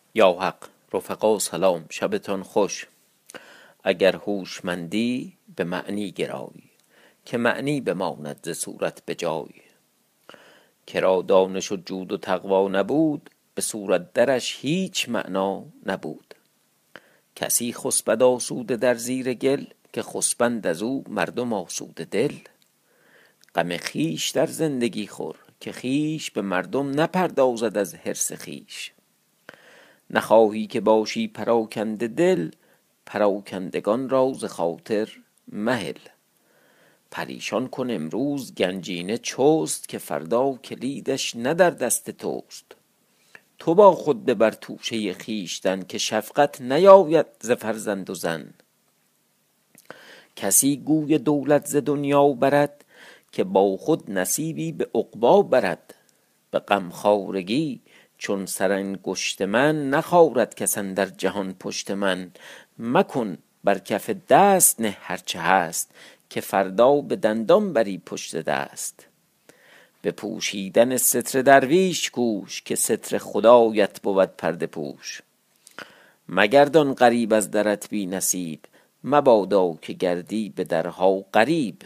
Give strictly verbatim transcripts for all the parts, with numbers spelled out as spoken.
یا حق رفقا سلام، شبتان خوش. اگر هوشمندی به معنی گرایی، که معنی بماند ز صورت به جای. کرا دانش و جود و تقوا نبود، به صورت درش هیچ معنا نبود. کسی خسبد آسوده در زیر گل، که خسبند از او مردم آسوده دل. غم خویش در زندگی خور، که خویش به مردم نپردازد از حرص خویش. نخواهی که باشی پراکنده دل، پراکندگان را ز خاطر مهل. پریشان کن امروز گنجینه چست، که فردا کلیدش نه در دست توست. تو با خود ببر توشه خویشتن، که شفقت نیاید ز فرزند و زن. کسی گوی دولت ز دنیا برد، که با خود نصیبی به عقبی برد. به غمخوارگی چون سرانگشت من، نخارد کس اندر جهان پشت من. مکن بر کف دست نه هرچه هست، که فردا به دندان بری پشت دست. به پوشیدن ستر درویش کوش، که ستر خدایت بود پرده پوش. مگردان غریب از درت بی نصیب، مبادا که گردی به درها غریب.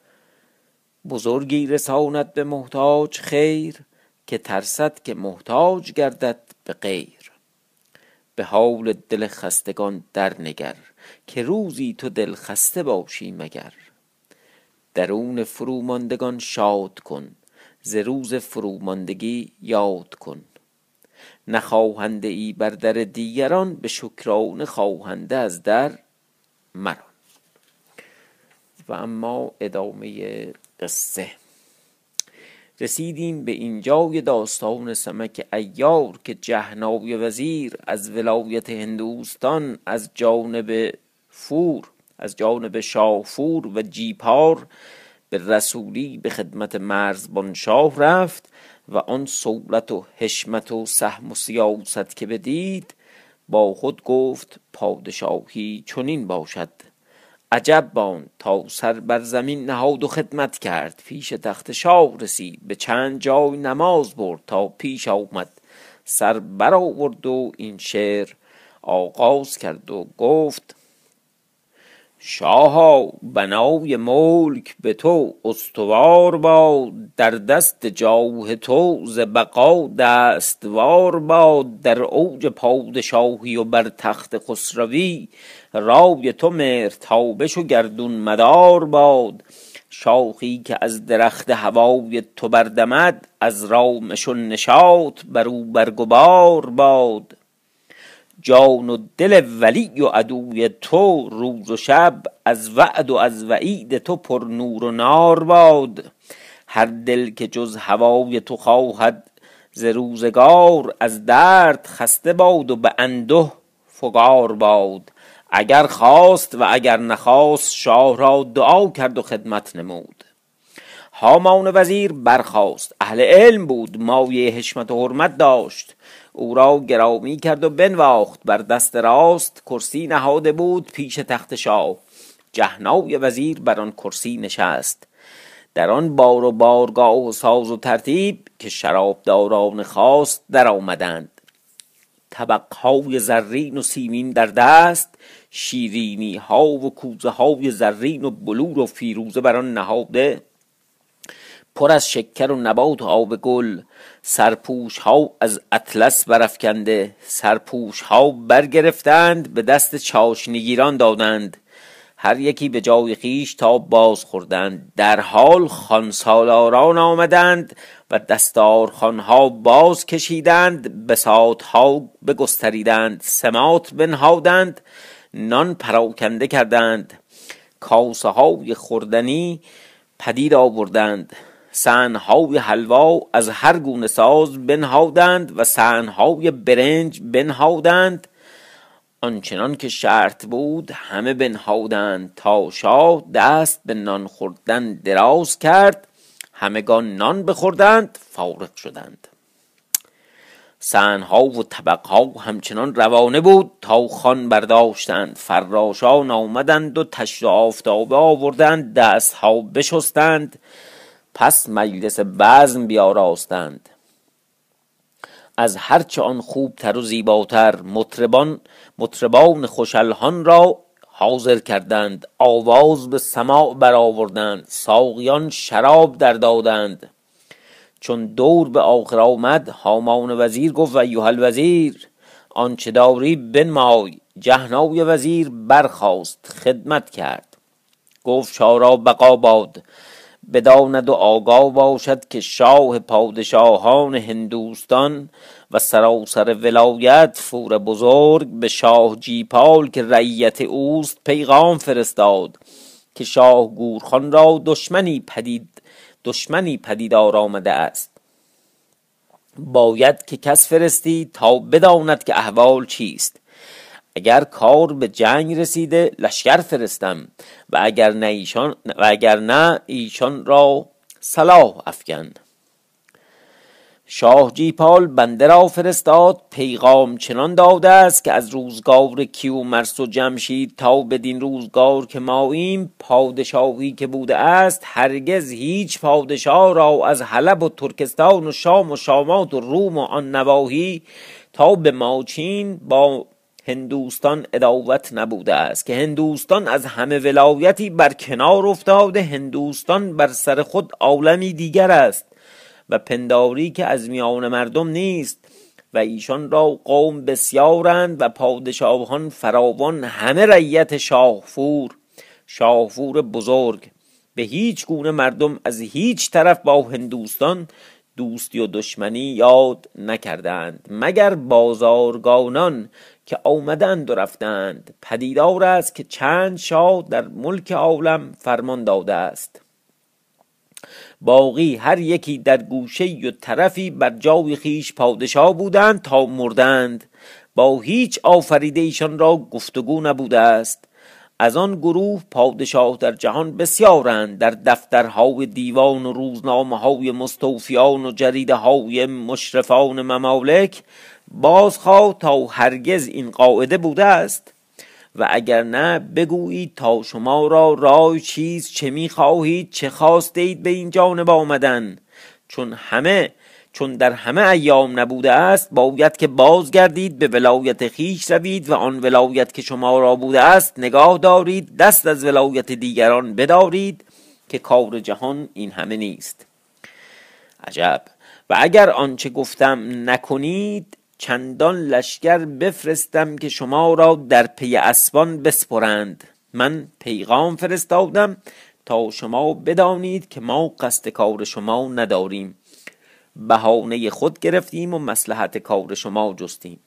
بزرگی رساند به محتاج خیر، که ترسد که محتاج گردد به غیر. به حال دل خستگان در نگر، که روزی تو دل خسته باشی مگر. درون فروماندگان شاد کن، ز روز فروماندگی یاد کن. نخواهنده ای بر در دیگران، به شکرانه خواهنده از در مران. و اما ادامه قصه. رسیدیم به اینجای داستان سمک عیار، که جهناوی وزیر از ولایت هندوستان از جانب فور از جانب شاهفور و جیپار به رسولی به خدمت مرزبان شاه رفت. و آن سولت و حشمت و سهم و سیاست که بدید، با خود گفت پادشاهی چنین باشد. عجب بان تا سر بر زمین نهاد و خدمت کرد. پیش تخت شاه رسید، به چند جای نماز برد. تا پیش آمد سر برآورد و این شعر آغاز کرد و گفت: شاها بنای ملک به تو استوار باد. در دست جاه تو ز بقا دستوار باد. در اوج پادشاهی و بر تخت خسروی، رای تو مهرتابش و گردون مدار باد. شاخی که از درخت هوای تو بردمد، از رامش و نشاط بر او برگبار باد. جان و دل ولی و عدوی تو روز و شب، از وعد و از وعید تو پر نور و نار باد. هر دل که جز هوای تو خواهد ز روزگار، از درد خسته باد و به انده فگار باد. اگر خواست و اگر نخواست، شاه را دعا کرد و خدمت نمود. هامان وزیر برخاست، اهل علم بود، مایه حشمت و حرمت داشت. او را گرامی کرد و بنواخت بر دست راست. کرسی نهاده بود پیش تخت شاه، جهنای وزیر بر آن کرسی نشست. در آن بار و بارگاه و ساز و ترتیب، که شرابداران خاص در آمدند. طبقهای زرین و سیمین در دست، شیرینی ها و کوزه های زرین و بلور و فیروزه بر آن نهاده. پر از شکر و نبات و آب گل، سرپوش ها از اطلس برافکنده. سرپوش ها برگرفتند، به دست چاشنیگیران دادند. هر یکی به جای خویش تا باز خوردند. در حال خوانسالاران آمدند، و دستارخوان ها باز کشیدند. بساط ها بگستریدند، سماط بنهادند، نان پراکنده کردند. کاسه های خوردنی پدید آوردند. صحن‌های حلوا از هر گونه ساز بنهادند، و صحن‌های برنج بنهادند. آنچنان که شرط بود همه بنهادند. تا شاه دست به نان خوردن دراز کرد، همگان نان بخوردند فارغ شدند. صحن‌ها و طبق‌ها همچنان روانه بود تا خوان برداشتند. فراشان آمدند و تشت آفتابه آوردند. دست‌ها بشستند، پس مجلس بزم بیاراستند. از هرچه آن خوبتر و زیباتر. مطربان مطربان خوش الحان را حاضر کردند، آواز به سماع برآوردند، ساقیان شراب در دادند. چون دور به آخر آمد، هامان وزیر گفت ایها الوزیر، آنچه داری بنمای. جهنای وزیر برخاست خدمت کرد، گفت شاه را بقا باد. بداند و آگاه باشد که شاه پادشاهان هندوستان و سراسر ولایت فور بزرگ به شاه جیپال که رعیت اوست پیغام فرستاد که شاه گورخان را دشمنی پدید دشمنی پدیدار آمده است. باید که کس فرستی تا بداند که احوال چیست. اگر کار به جنگ رسیده لشکر فرستم و اگر نه ایشان و اگر نه ایشان را سلاح افکن. شاه جیپال بنده را فرستاد، پیغام چنان داده است که از روزگار کیومرث و جمشید تا بدین روزگار که ماییم، پادشاهی که بوده است هرگز هیچ پادشاه را از حلب و ترکستان و شام و شامات و روم و آن نواحی تا به ماچین با هندوستان عداوت نبوده است، که هندوستان از همه ولایتی بر کنار افتاده، هندوستان بر سر خود عالمی دیگر است و پنداری که از میان مردم نیست و ایشان را قوم بسیارند و پادشاهان فراوان، همه رعیت شاهفور شاهفور بزرگ. به هیچ گونه مردم از هیچ طرف با هندوستان دوستی و دشمنی یاد نکردند، مگر بازارگانان که آمدند و رفتند. پدیدار است که چند شاه در ملک عالم فرمان داده است، باقی هر یکی در گوشه و طرفی بر جای خیش پادشاه بودند تا مردند. با هیچ آفریده ایشان را گفتگو نبوده است. از آن گروه پادشاه در جهان بسیارند، در دفترهای دیوان و روزنامه‌های مستوفیان و جریده‌های مشرفان ممالک بازخواه تا هرگز این قاعده بوده است. و اگر نه بگویید تا شما را رای چیز چه می‌خواهید، چه خواسته اید به این جانب آمدن. چون همه چون در همه ایام نبوده است، باید که بازگردید به ولایت خیش روید و آن ولایت که شما را بوده است نگاه دارید، دست از ولایت دیگران بدارید که کار جهان این همه نیست. عجب. و اگر آنچه گفتم نکنید، چندان لشکر بفرستم که شما را در پی اسبان بسپرند. من پیغام فرستادم تا شما بدانید که ما قصد کار شما نداریم، بهانه خود گرفتیم و مصلحت کار شما جستیم.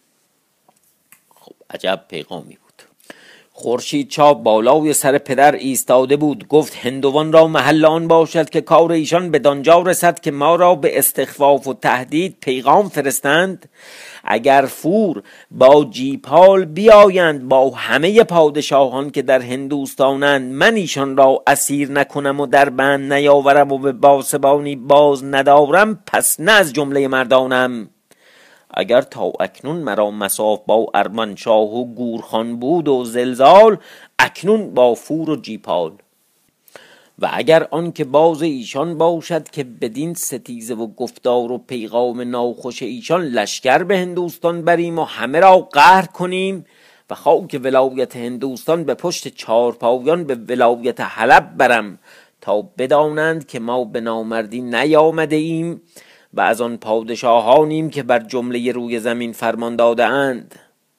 خب عجب پیغامی بود. خورشید چاپ بالای سر پدر ایستاده بود، گفت هندوان را محل آن باشد که کار ایشان به دانجا رسد که ما را به استخفاف و تهدید پیغام فرستند. اگر فور با جیپال بیایند با همه پادشاهان که در هندوستانند، من ایشان را اسیر نکنم و در بند نیاورم و به باسبانی باز ندارم، پس نه از جمله مردانم. اگر تا اکنون مرا مصاف با ارمنشاه و گورخان بود و زلزال، اکنون با فور و جیپال. و اگر آن که باز ایشان باشد که بدین ستیزه و گفتار و پیغام ناخوش ایشان لشکر به هندوستان بریم و همه را قهر کنیم و خاک ولایت هندوستان به پشت چارپایان به ولایت حلب برم تا بدانند که ما به نامردی نیامده ایم و از آن پادشاهانیم که بر جمله روی زمین فرمان داده اند.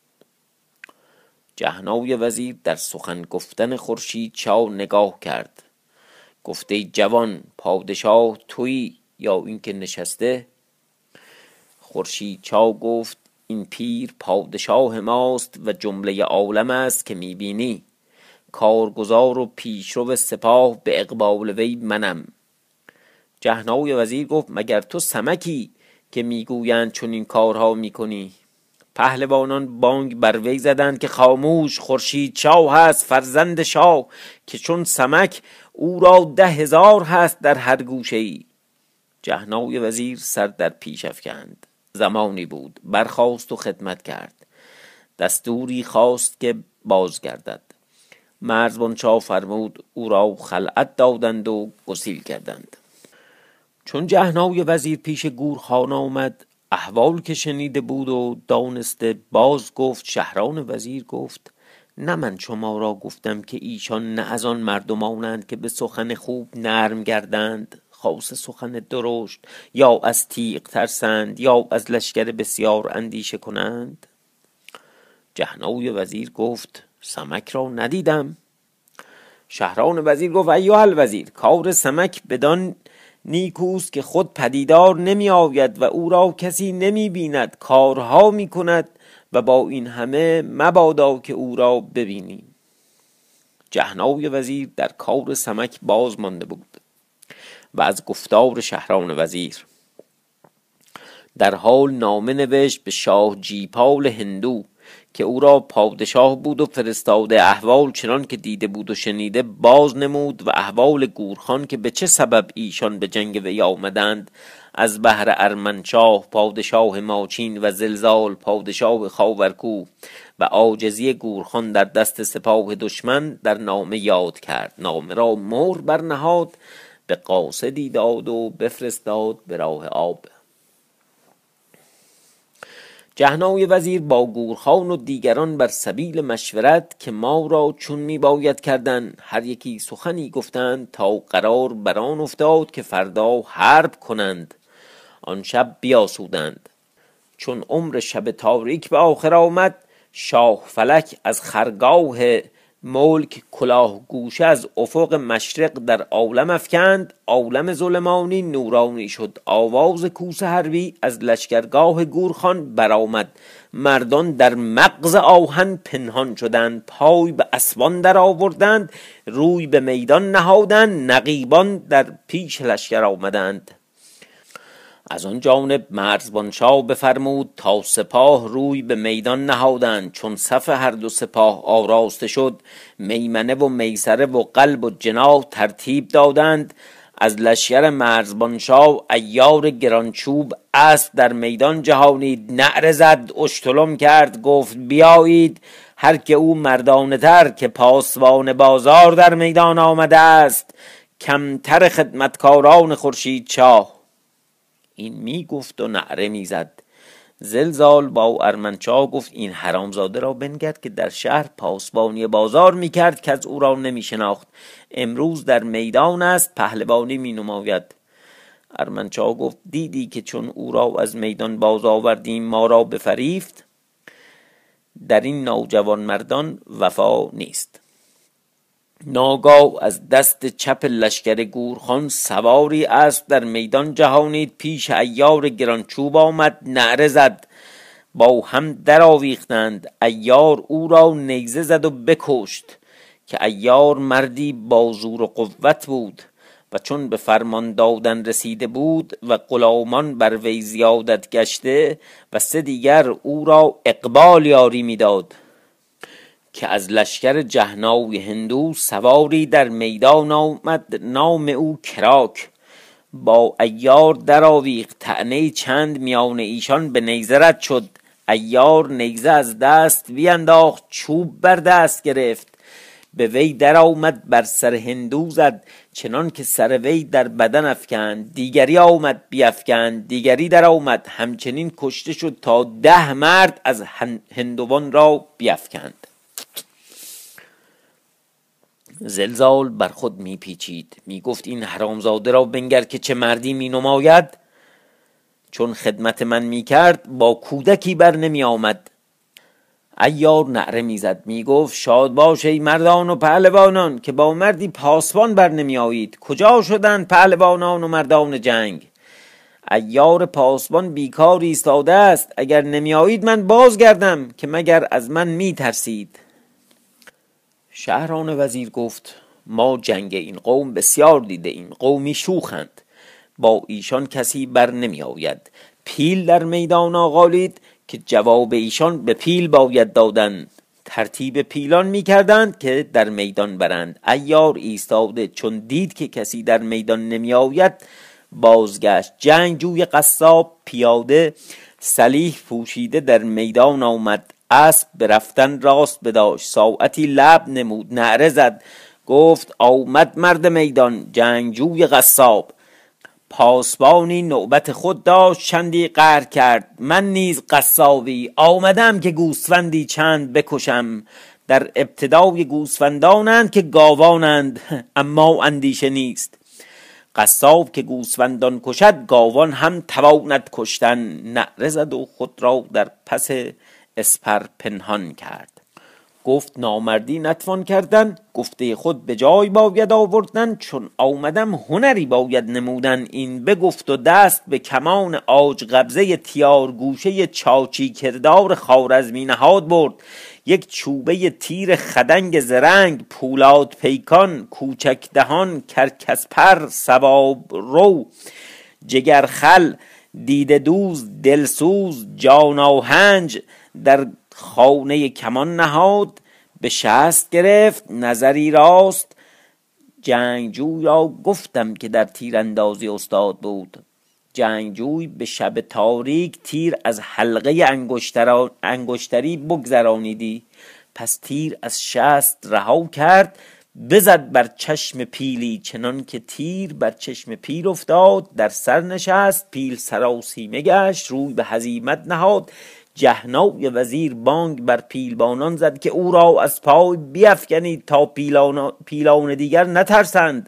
جهنای وزیر در سخن گفتن خورشید چا نگاه کرد، گفته جوان پادشاه تویی یا این که نشسته؟ خورشید چا گفت این پیر پادشاه ماست و جمله عالم است که میبینی، کارگزار و پیشرو سپاه به اقبال وی منم. جهنای وزیر گفت مگر تو سمکی که میگویند چون این کارها میکنی؟ پهلوانان بانگ بر وی زدند که خاموش، خورشید شاه هست فرزند شاه که چون سمک او را ده هزار هست در هر گوشه ای. جهنای وزیر سر در پیش افکند. زمانی بود برخاست و خدمت کرد. دستوری خواست که بازگردد. مرزبان شاه فرمود او را خلعت دادند و گسیل کردند. چون جهنای وزیر پیش گورخان آمد، احوال که شنیده بود و دانسته، باز گفت شهران وزیر گفت نه من شما را گفتم که ایشان نه از آن مردمانند که به سخن خوب نرم گردند، خاص سخن درشت، یا از تیغ ترسند یا از لشکر بسیار اندیشه کنند. جهنوی وزیر گفت سمک را ندیدم. شهران وزیر گفت ایها الوزیر، کار سمک بدان نیکوست که خود پدیدار نمی آید و او را کسی نمی بیند، کارها می کند و با این همه مبادا که او را ببینیم. جهنوی وزیر در کار سمک باز مانده بود و از گفتار شهران وزیر در حال نامه نوشت به شاه جیپال هندو که او را پادشاه بود و فرستاده احوال چنان که دیده بود و شنیده باز نمود و احوال گورخان که به چه سبب ایشان به جنگ وی آمدند از بهر ارمنشاه پادشاه ماچین و زلزال پادشاه خاورکو و عاجزی گورخان در دست سپاه دشمن در نامه یاد کرد. نامه را مهر برنهاد، به قاصدی داد و بفرستاد به راه آب. جهنوی وزیر با گورخان و دیگران بر سبیل مشورت که ما را چون می باید کردن هر یکی سخنی گفتند تا قرار بران افتاد که فردا حرب کنند. آن شب بیاسودند. چون عمر شب تاریک به آخر آمد، شاه فلک از خرگاه ملک کلاه گوشه از افق مشرق در عالم افکند، عالم ظلمانی نورانی شد. آواز کوس حربی از لشکرگاه گورخان برآمد، مردان در مغز آهن پنهان شدند، پای به اسبان در آوردند، روی به میدان نهادند، نقیبان در پیش لشکر آمدند. از آن جانب مرزبان شاه بفرمود تا سپاه روی به میدان نهادند. چون صف هر دو سپاه آراسته شد، میمنه و میسره و قلب و جناح ترتیب دادند. از لشکر مرزبان شاه عیار گرانچوب اسب در میدان جهانید، نعره زد، اشتلم کرد، گفت بیایید هر که او مردانه تر که پاسبان بازار در میدان آمده است، کمتر خدمتکاران خورشید شاه. این می گفت و نعره می زد. زلزال با ارمنشاه گفت این حرامزاده را بنگر که در شهر پاسبانی بازار می کرد که از او را نمی شناخت، امروز در میدان است پهلوانی می نماید. ارمنشاه گفت دیدی که چون او را از میدان باز آوردیم ما را بفریفت، در این نوجوان مردان وفا نیست. ناگاه از دست چپ لشکر گورخان سواری اسب در میدان جهانید، پیش عیار گرانچوب آمد، نعره زد، با هم در آویختند. عیار او را نیزه زد و بکشت که عیار مردی با زور و قوت بود و چون به فرمان دادن رسیده بود و غلامان بر وی زیادت گشته و سه دیگر او را اقبال یاری میداد که از لشکر جهنوی هندو سواری در میدان آمد، نام او کراک، با عیار در آویخت، طعنه چند میان ایشان به نیزه رد شد. عیار نیزه از دست بینداخت، چوب بر دست گرفت، به وی در آمد بر سر هندو زد، چنان که سر وی در بدن افکند. دیگری آمد بیفکند، دیگری در آمد، همچنین کشته شد تا ده مرد از هندوان را بیفکند. زلزال بر خود می پیچید، می گفت این حرامزاده را بنگر که چه مردی می نماید. چون خدمت من می کرد با کودکی بر نمی آمد. عیار نعره می زد، می گفت شاد باش ای مردان و پهلوانان که با مردی پاسبان بر نمی آیید. کجا شدند پهلوانان و مردان جنگ؟ عیار پاسبان بیکار ایستاده است، اگر نمی آیید من بازگردم که مگر از من می ترسید. شهران وزیر گفت ما جنگ این قوم بسیار دیده ایم، قومی شوخند، با ایشان کسی بر نمی آید. پیل در میدان آغالید که جواب ایشان به پیل باید دادن. ترتیب پیلان می کردند که در میدان برند. عیار ایستاده چون دید که کسی در میدان نمی آید بازگشت. جنگجوی قصاب پیاده سلیح پوشیده در میدان آمد، اسب به رفتن راست بداشت، ساعتی لب نمود، نعره زد، گفت آمد مرد میدان جنگجوی قصاب. پاسبانی نوبت خود داشت چندی قهر کرد: من نیز قصابی آمدم که گوسفندی چند بکشم. در ابتدای گوسفندانند که گاوانند، اما اندیشه نیست. قصاب که گوسفندان کشد، گاوان هم تواند کشتن. نعره زد و خود را در پس اسپر پنهان کرد. گفت نامردی نتوان کردن، گفته خود به جای باید آوردن. چون آمدم هنری باید نمودن، این بگفت و دست به کمان آج قبضه تیار گوشه چاچی کردار خوارزمی نهاد برد. یک چوبه تیر خدنگ زرنگ، پولاد پیکان، کوچک دهان، کرکس پر، ثواب رو، جگر خل، دیده دوز، دلسوز، جان آهنج، در خانه کمان نهاد. به شست گرفت نظری راست، جنگجوی را گفتم که در تیراندازی استاد بود. جنگجوی به شب تاریک تیر از حلقه انگشتری بگذرانیدی. پس تیر از شست رها کرد، بزد بر چشم پیلی. چنان که تیر بر چشم پیل افتاد، در سر نشست. پیل سراسیمه گشت، روی به هزیمت نهاد. جهنای وزیر بانگ بر پیلبانان زد که او را از پای بیفکنید تا پیلان, پیلان دیگر نترسند.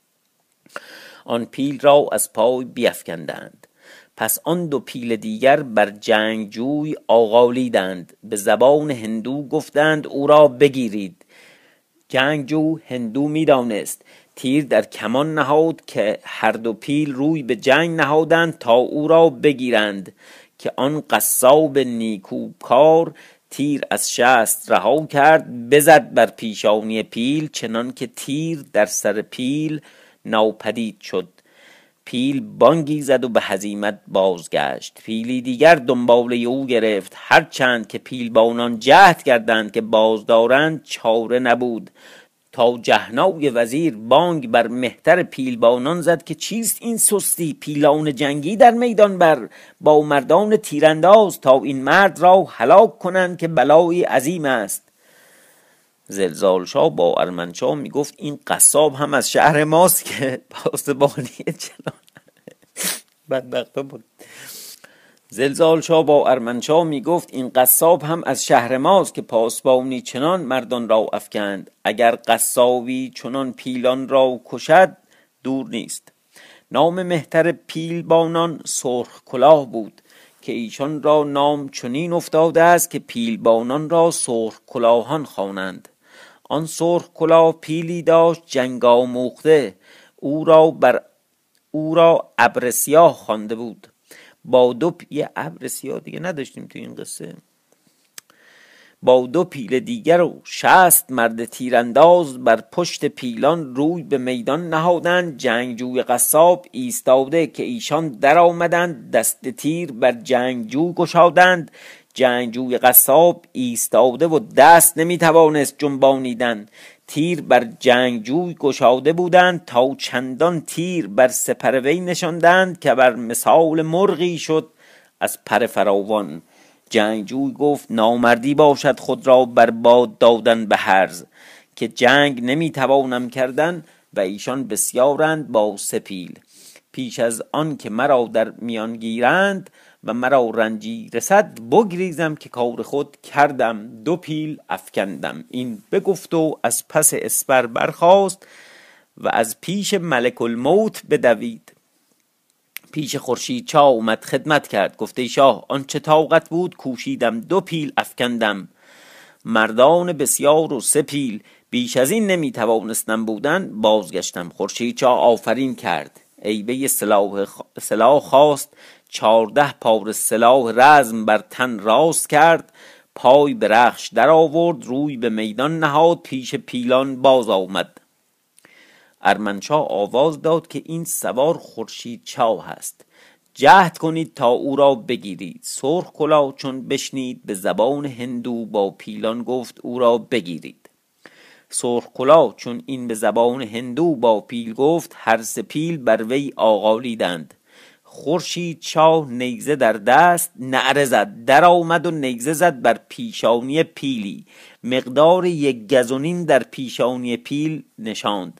آن پیل را از پای بیفکندند. پس آن دو پیل دیگر بر جنگجوی آغالیدند. به زبان هندو گفتند او را بگیرید. جنگجو هندو می دانست. تیر در کمان نهاد که هر دو پیل روی به جنگ نهادند تا او را بگیرند. که آن قصاب نیکوکار تیر از شست رها کرد، بزد بر پیشانی پیل. چنان که تیر در سر پیل ناپدید شد. پیل بانگی زد و به هزیمت بازگشت. پیلی دیگر دنباله او گرفت. هرچند که پیلبانان جهد کردند که بازدارند، چاره نبود. تا جهنای وزیر بانگ بر مهتر پیلبانان زد که چیست این سستی؟ پیلان جنگی در میدان بر، با مردان تیرانداز، تا این مرد را هلاک کنند که بلایی عظیم است. زلزال شاه با ارمنشاه می گفت این قصاب هم از شهر ماست که پاسبانی چنان بدبخت بود. زلزال شاه با ارمنشاه می گفت این قصاب هم از شهر ماست که پاسبانی چنان مردان را افکند. اگر قصابی چنان پیلان را کشد دور نیست. نام مهتر پیلبانان سرخ کلاه بود که ایشان را نام چنین افتاده است که پیلبانان را سرخ کلاهان خوانند. آن سرخ کلاه پیلی داشت جنگ آموخته، او را بر او را ابر سیاه خوانده بود. با دو پ... یه ابر سیاه دیگه نداشتیم تو این قصه. با دو پیل دیگر و شست مرد تیرانداز، بر پشت پیلان روی به میدان نهادند. جنگجوی قصاب ایستاده که ایشان در آمدند، دست تیر بر جنگجوی گشادند. جنگجوی قصاب ایستاده و دست نمیتوانست جنبانیدن. تیر بر جنگجوی گشاده بودند تا چندان تیر بر سپر وی نشاندند که بر مثال مرغی شد از پر فراوان. جنگجوی گفت نامردی باشد خود را بر باد دادن به هرز، که جنگ نمیتوانم کردن و ایشان بسیارند با سپیل. پیش از آن که مرا در میان گیرند و مرا رنجی رسد، بگریزم که کار خود کردم، دو پیل افکندم. این بگفت و از پس اسپر برخاست و از پیش ملک الموت بدوید. پیش خورشید چا اومد خدمت کرد. گفته شاه آن چه طاقت بود کوشیدم، دو پیل افکندم. مردان بسیار و سه پیل، بیش از این نمیتوانستم بودن. بازگشتم. خورشید چا آفرین کرد، عیبه سلاح, سلاح خواست. چارده پاره سلاح رزم بر تن راست کرد. پای به رخش در آورد، روی به میدان نهاد. پیش پیلان باز آمد. ارمنشاه آواز داد که این سوار خورشید چاه است، جهد کنید تا او را بگیرید. سرخ کلاه چون بشنید به زبان هندو با پیلان گفت او را بگیرید. سرخ کلاه چون این به زبان هندو با پیل گفت، هر سه پیل بر وی آغالیدند. خورشید چاه نیزه در دست نعره زد، در آمد و نیزه زد بر پیشانی پیلی. مقدار یک گز و نیم در پیشانی پیل نشاند.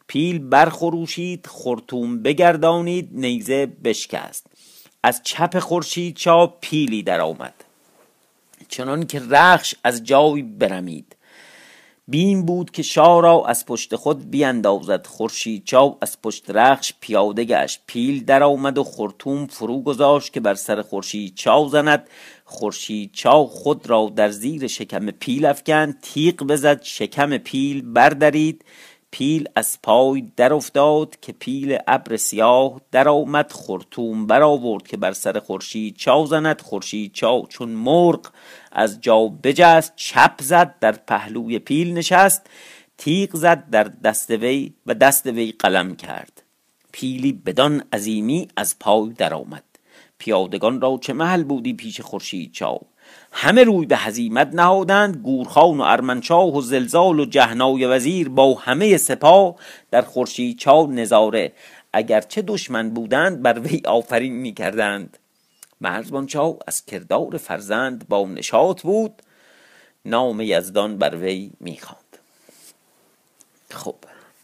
پیل برخروشید، خرطوم بگردانید، نیزه بشکست. از چپ خورشید چا پیلی در آمد، چنان که رخش از جای برمید. بیم بود که شاه را از پشت خود بیندازد. خورشید چا از پشت رخش پیاده گشت. پیل در آمد و خرطوم فرو گذاشت که بر سر خورشید چا زند. خورشید چا خود را در زیر شکم پیل افکند، تیغ بزد، شکم پیل بردرید. پیل از پای در افتاد که پیل ابر سیاه در آمد. خرطوم برآورد که بر سر خورشید چا زند. خورشید چا چون مرغ از جا بجست، چپ زد در پهلوی پیل نشست. تیغ زد در دست وی و دست وی قلم کرد. پیلی بدان عظیمی از پای در آمد. پیادگان را چه محل بودی پیش خورشید چا. همه روی به هزیمت نهادند. گورخان و ارمنشاه و زلزال و جهنای وزیر با همه سپاه در خورشید چا نظاره. اگرچه دشمن بودند بر وی آفرین می کردند. مرزبان چا از کردار فرزند با نشاط بود، نام یزدان بر وی می خواند. خب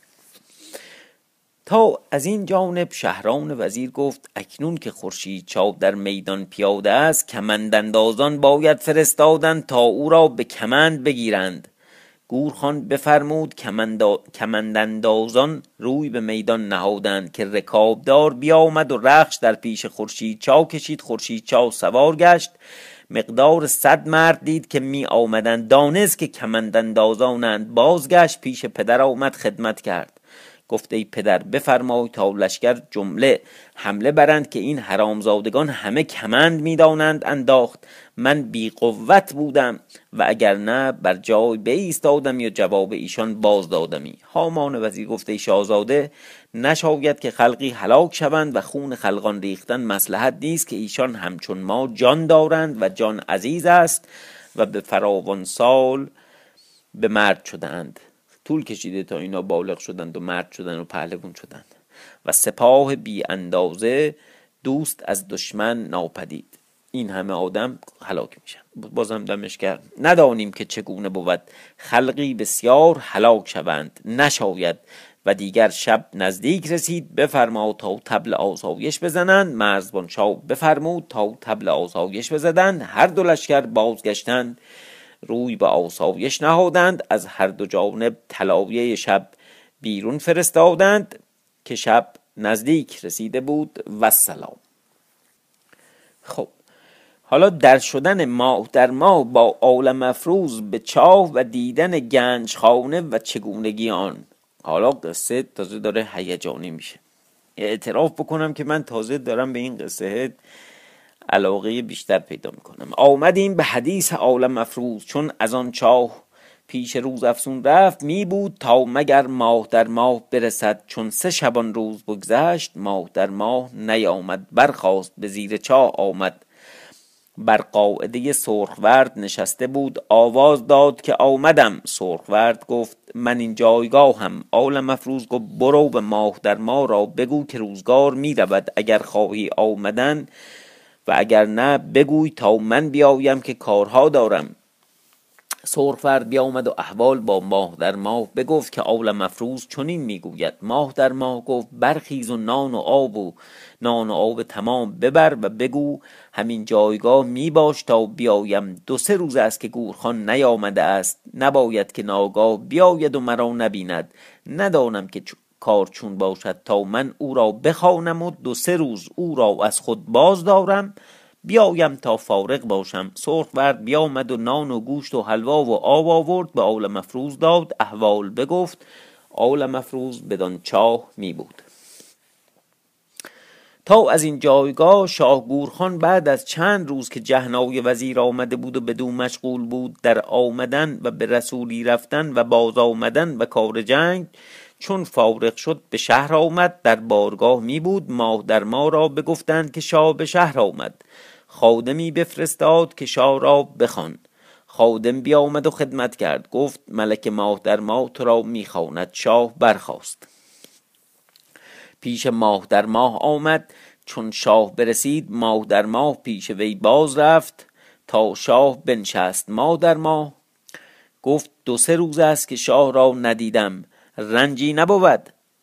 تا از این جانب شهران وزیر گفت اکنون که خورشید چا در میدان پیاده است، کمنداندازان باید فرستادند تا او را به کمند بگیرند. گورخان بفرمود، کمندا... کمنداندازان روی به میدان نهادند که رکابدار بیامد و رخش در پیش خورشید چا کشید. خورشید چا سوار گشت، مقدار صد مرد دید که می آمدند. دانست که کمنداندازانند، بازگشت پیش پدر آمد خدمت کرد. گفت ای پدر بفرمای تا لشکر جمله حمله برند که این حرامزادگان همه کمند میدانند انداخت. من بی قوت بودم و اگر نه بر جای بایستادم یا جواب ایشان باز دادمی. هامان وزیر گفت ای شاهزاده، نشاید که خلقی هلاک شوند و خون خلقان ریختن مصلحت نیست که ایشان همچون ما جان دارند و جان عزیز است و به فراوان سال به مرد شدند. طول کشیده تا اینا بالغ شدند و مرد شدند و پهلوان شدند و سپاه بی اندازه دوست از دشمن ناپدید. این همه آدم هلاک میشن. بازم دمش کرد ندانیم که چگونه بود خلقی بسیار هلاک شوند، نشاید. و دیگر شب نزدیک رسید، بفرما تا طبل آسایش بزنند. مرزبان چا بفرمود تا طبل آسایش بزدند. هر دو لشکر بازگشتند، روی به آسایش نهادند. از هر دو جانب طلایه شب بیرون فرستادند که شب نزدیک رسیده بود و سلام. خب حالا در شدن ماه در ماه با عالم افروز به چاه و دیدن گنج خانه و چگونگی آن. حالا قصه تازه داره هیجانی میشه. اعتراف بکنم که من تازه دارم به این قصه علاقه بیشتر پیدا میکنم. آمدیم به حدیث عالم افروز، چون از آن چاه پیش روز افسون رفت می بود تا مگر ماه در ماه برسد. چون سه شبان روز بگذشت ماه در ماه نیامد. برخاست به زیر چاه آمد، بر قاعده سرخورد نشسته بود. آواز داد که آمدم. سرخورد گفت من این جایگاهم. عالم افروز گفت برو به ماه در ماه را بگو که روزگار می رود. اگر خواهی آمدن و اگر نه بگوی تا من بیایم که کارها دارم. سرخورد بیامد و احوال با ماه در ماه بگفت که عالم افروز چنین میگوید. ماه در ماه گفت برخیز و نان و آب و نان و آب تمام ببر و بگو همین جایگاه می باش تا بیایم. دو سه روز است که گورخان نیامده است، نباید که ناگاه بیاید و مرا نبیند. ندانم که کار چون باشد تا من او را بخوانم و دو سه روز او را از خود باز دارم، بیایم تا فارغ باشم. سرخورد بیامد و نان و گوشت و حلوا و آب آورد، به عالم افروز داد. احوال بگفت. عالم افروز بدان چاه می بود. تا از این جایگاه شاه گورخان بعد از چند روز که جهنای وزیر آمده بود و بدو مشغول بود در آمدن و به رسولی رفتن و باز آمدن و کار جنگ، چون فارغ شد به شهر آمد. در بارگاه می بود. ماه در ماه را بگفتند که شاه به شهر آمد. خادمی بفرستاد که شاه را بخوان. خادم بیامد و خدمت کرد. گفت ملک ماه در ماه تو را می خواند. شاه برخاست، پیش ماه در ماه آمد. چون شاه برسید ماه در ماه پیش وی باز رفت تا شاه بنشست. ماه در ماه گفت دو سه روز است که شاه را ندیدم، رنجی نبود؟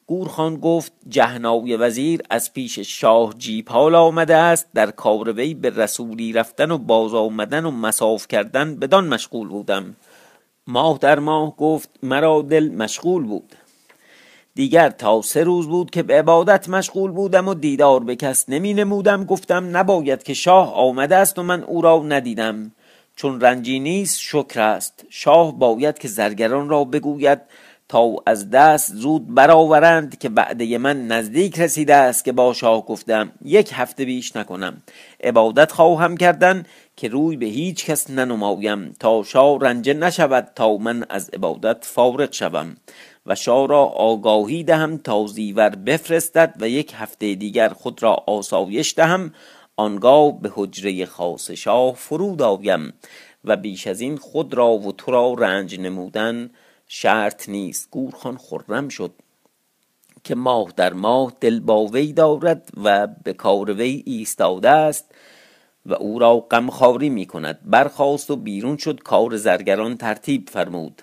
گورخان گفت جهنای وزیر از پیش شاه جیپال آمده است، در کار وی به رسولی رفتن و باز آمدن و مصاف کردن بدان مشغول بودم. ماه در ماه گفت مرا دل مشغول بود. دیگر تا سه روز بود که به عبادت مشغول بودم و دیدار به کس نمی نمودم. گفتم نباید که شاه آمده است و من او را ندیدم. چون رنجی نیست شکر است. شاه باید که زرگران را بگوید تا از دست زود برآورند که وعده من نزدیک رسیده است که با شاه گفتم یک هفته بیش نکنم. عبادت خواهم کردن که روی به هیچ کس ننمایم تا شاه رنجه نشود تا من از عبادت فارغ شوم و شاه را آگاهی دهم تا زیور بفرستد و یک هفته دیگر خود را آسایش دهم. آنگاه به حجره خاص شاه فرود آیم و بیش از این خود را و تو را رنج نمودن شرط نیست. گورخان خرم شد که ماه در ماه دل با وی دارد و به کار وی ایستاده است و او را غمخواری می کند. برخاست و بیرون شد. کار زرگران ترتیب فرمود.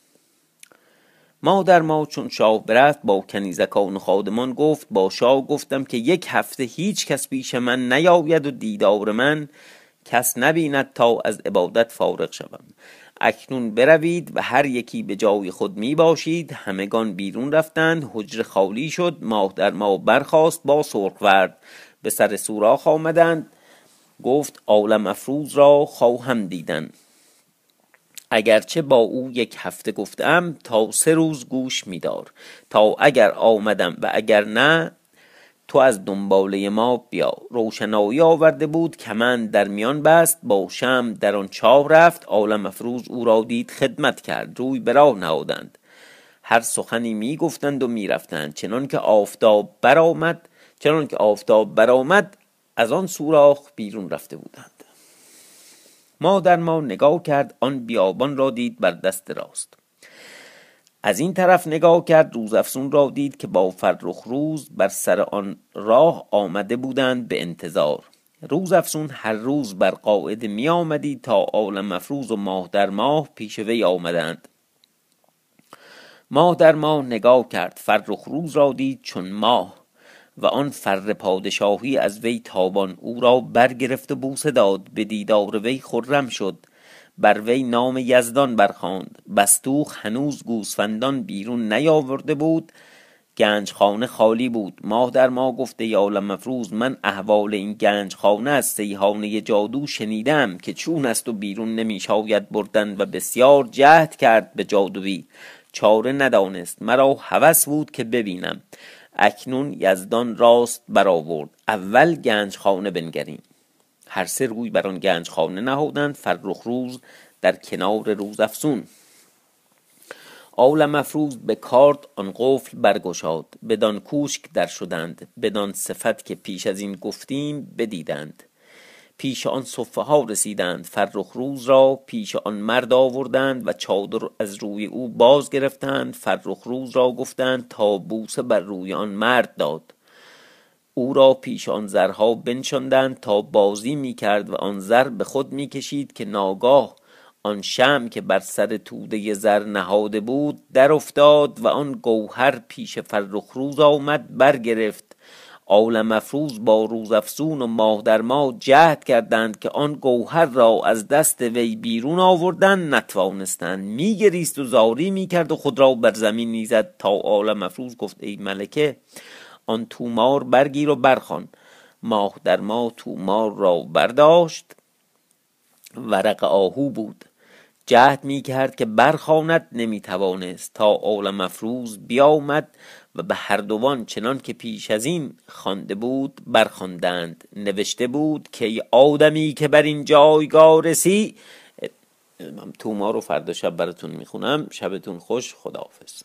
ما در ما چون شاه برفت با کنیزکان و خادمان گفت با شاه گفتم که یک هفته هیچ کس پیش من نیاید و دیدار من کس نبیند تا از عبادت فارغ شوم. اکنون بروید و هر یکی به جای خود می باشید. همگان بیرون رفتند. حجره خالی شد. ماه در ماه برخاست با سرخورد به سر سوراخ آمدند. گفت عالم افروز را خواهم دیدن، اگرچه با او یک هفته گفتم تا سه روز گوش می‌دار تا اگر آمدم و اگر نه تو از دنباله ما بیا. روشنایی آورده بود. کمند در میان بست. با شمع در آن چاه رفت. عالم افروز او را دید خدمت کرد. روی به راه نهادند. هر سخنی می گفتند و می رفتند. چنان که آفتاب برآمد چنان که آفتاب برآمد از آن سوراخ بیرون رفته بودند. ما در ما نگاه کرد. آن بیابان را دید بر دست راست. از این طرف نگاه کرد. روزافزون را دید که با فرخ روز بر سر آن راه آمده بودند به انتظار. روزافزون هر روز بر قاعده می آمدی تا عالم افروز و ماه در ماه پیش وی آمدند. ماه در ماه نگاه کرد. فرخ روز را دید چون ماه و آن فر پادشاهی از وی تابان. او را برگرفت و بوسه داد. به دیدار وی خرم شد. بر وی نام یزدان برخواند. بستوخ هنوز گوسفندان بیرون نیاورده بود. گنج خانه خالی بود. ماه در ماه گفت ای عالم افروز من احوال این گنج خانه از سیحانه جادو شنیدم که چون است و بیرون نمی شاید بردن و بسیار جهد کرد به جادویی چاره ندانست. مرا هوس بود که ببینم. اکنون یزدان راست برآورد. اول گنج خانه بنگریم. هر سه روی بر آن گنج خانه نهادند. فرخ روز در کنار روزافزون. عالم افروز به کارد آن قفل برگشاد. بدان کوشک در شدند. بدان صفت که پیش از این گفتیم بدیدند. پیش آن صفه ها رسیدند. فرخ روز را پیش آن مرد آوردند و چادر از روی او باز گرفتند. فرخ روز را گفتند تا بوسه بر روی آن مرد داد. او را پیش آن زرها بنشاندند تا بازی می کرد و آن زر به خود می کشید که ناگاه آن شمع که بر سر توده زر نهاده بود در افتاد و آن گوهر پیش فرخ روز آمد برگرفت. عالم افروز با روزافزون و ماه در ماه جهد کردند که آن گوهر را از دست وی بیرون آوردند نتوانستند. میگریست و زاری میکرد و خود را بر زمین میزد تا عالم افروز گفت ای ملکه آن تومار برگیر و برخوان. ماه در ماه تومار را برداشت. ورق آهو بود. جهد می کرد که برخواند نمی توانست تا عالم افروز بیامد و به هر دوان چنان که پیش از این خوانده بود برخواندند. نوشته بود که ای آدمی که بر این جایگاه رسی. تومار رو فردا شب براتون میخونم. شبتون خوش. خداحافظ.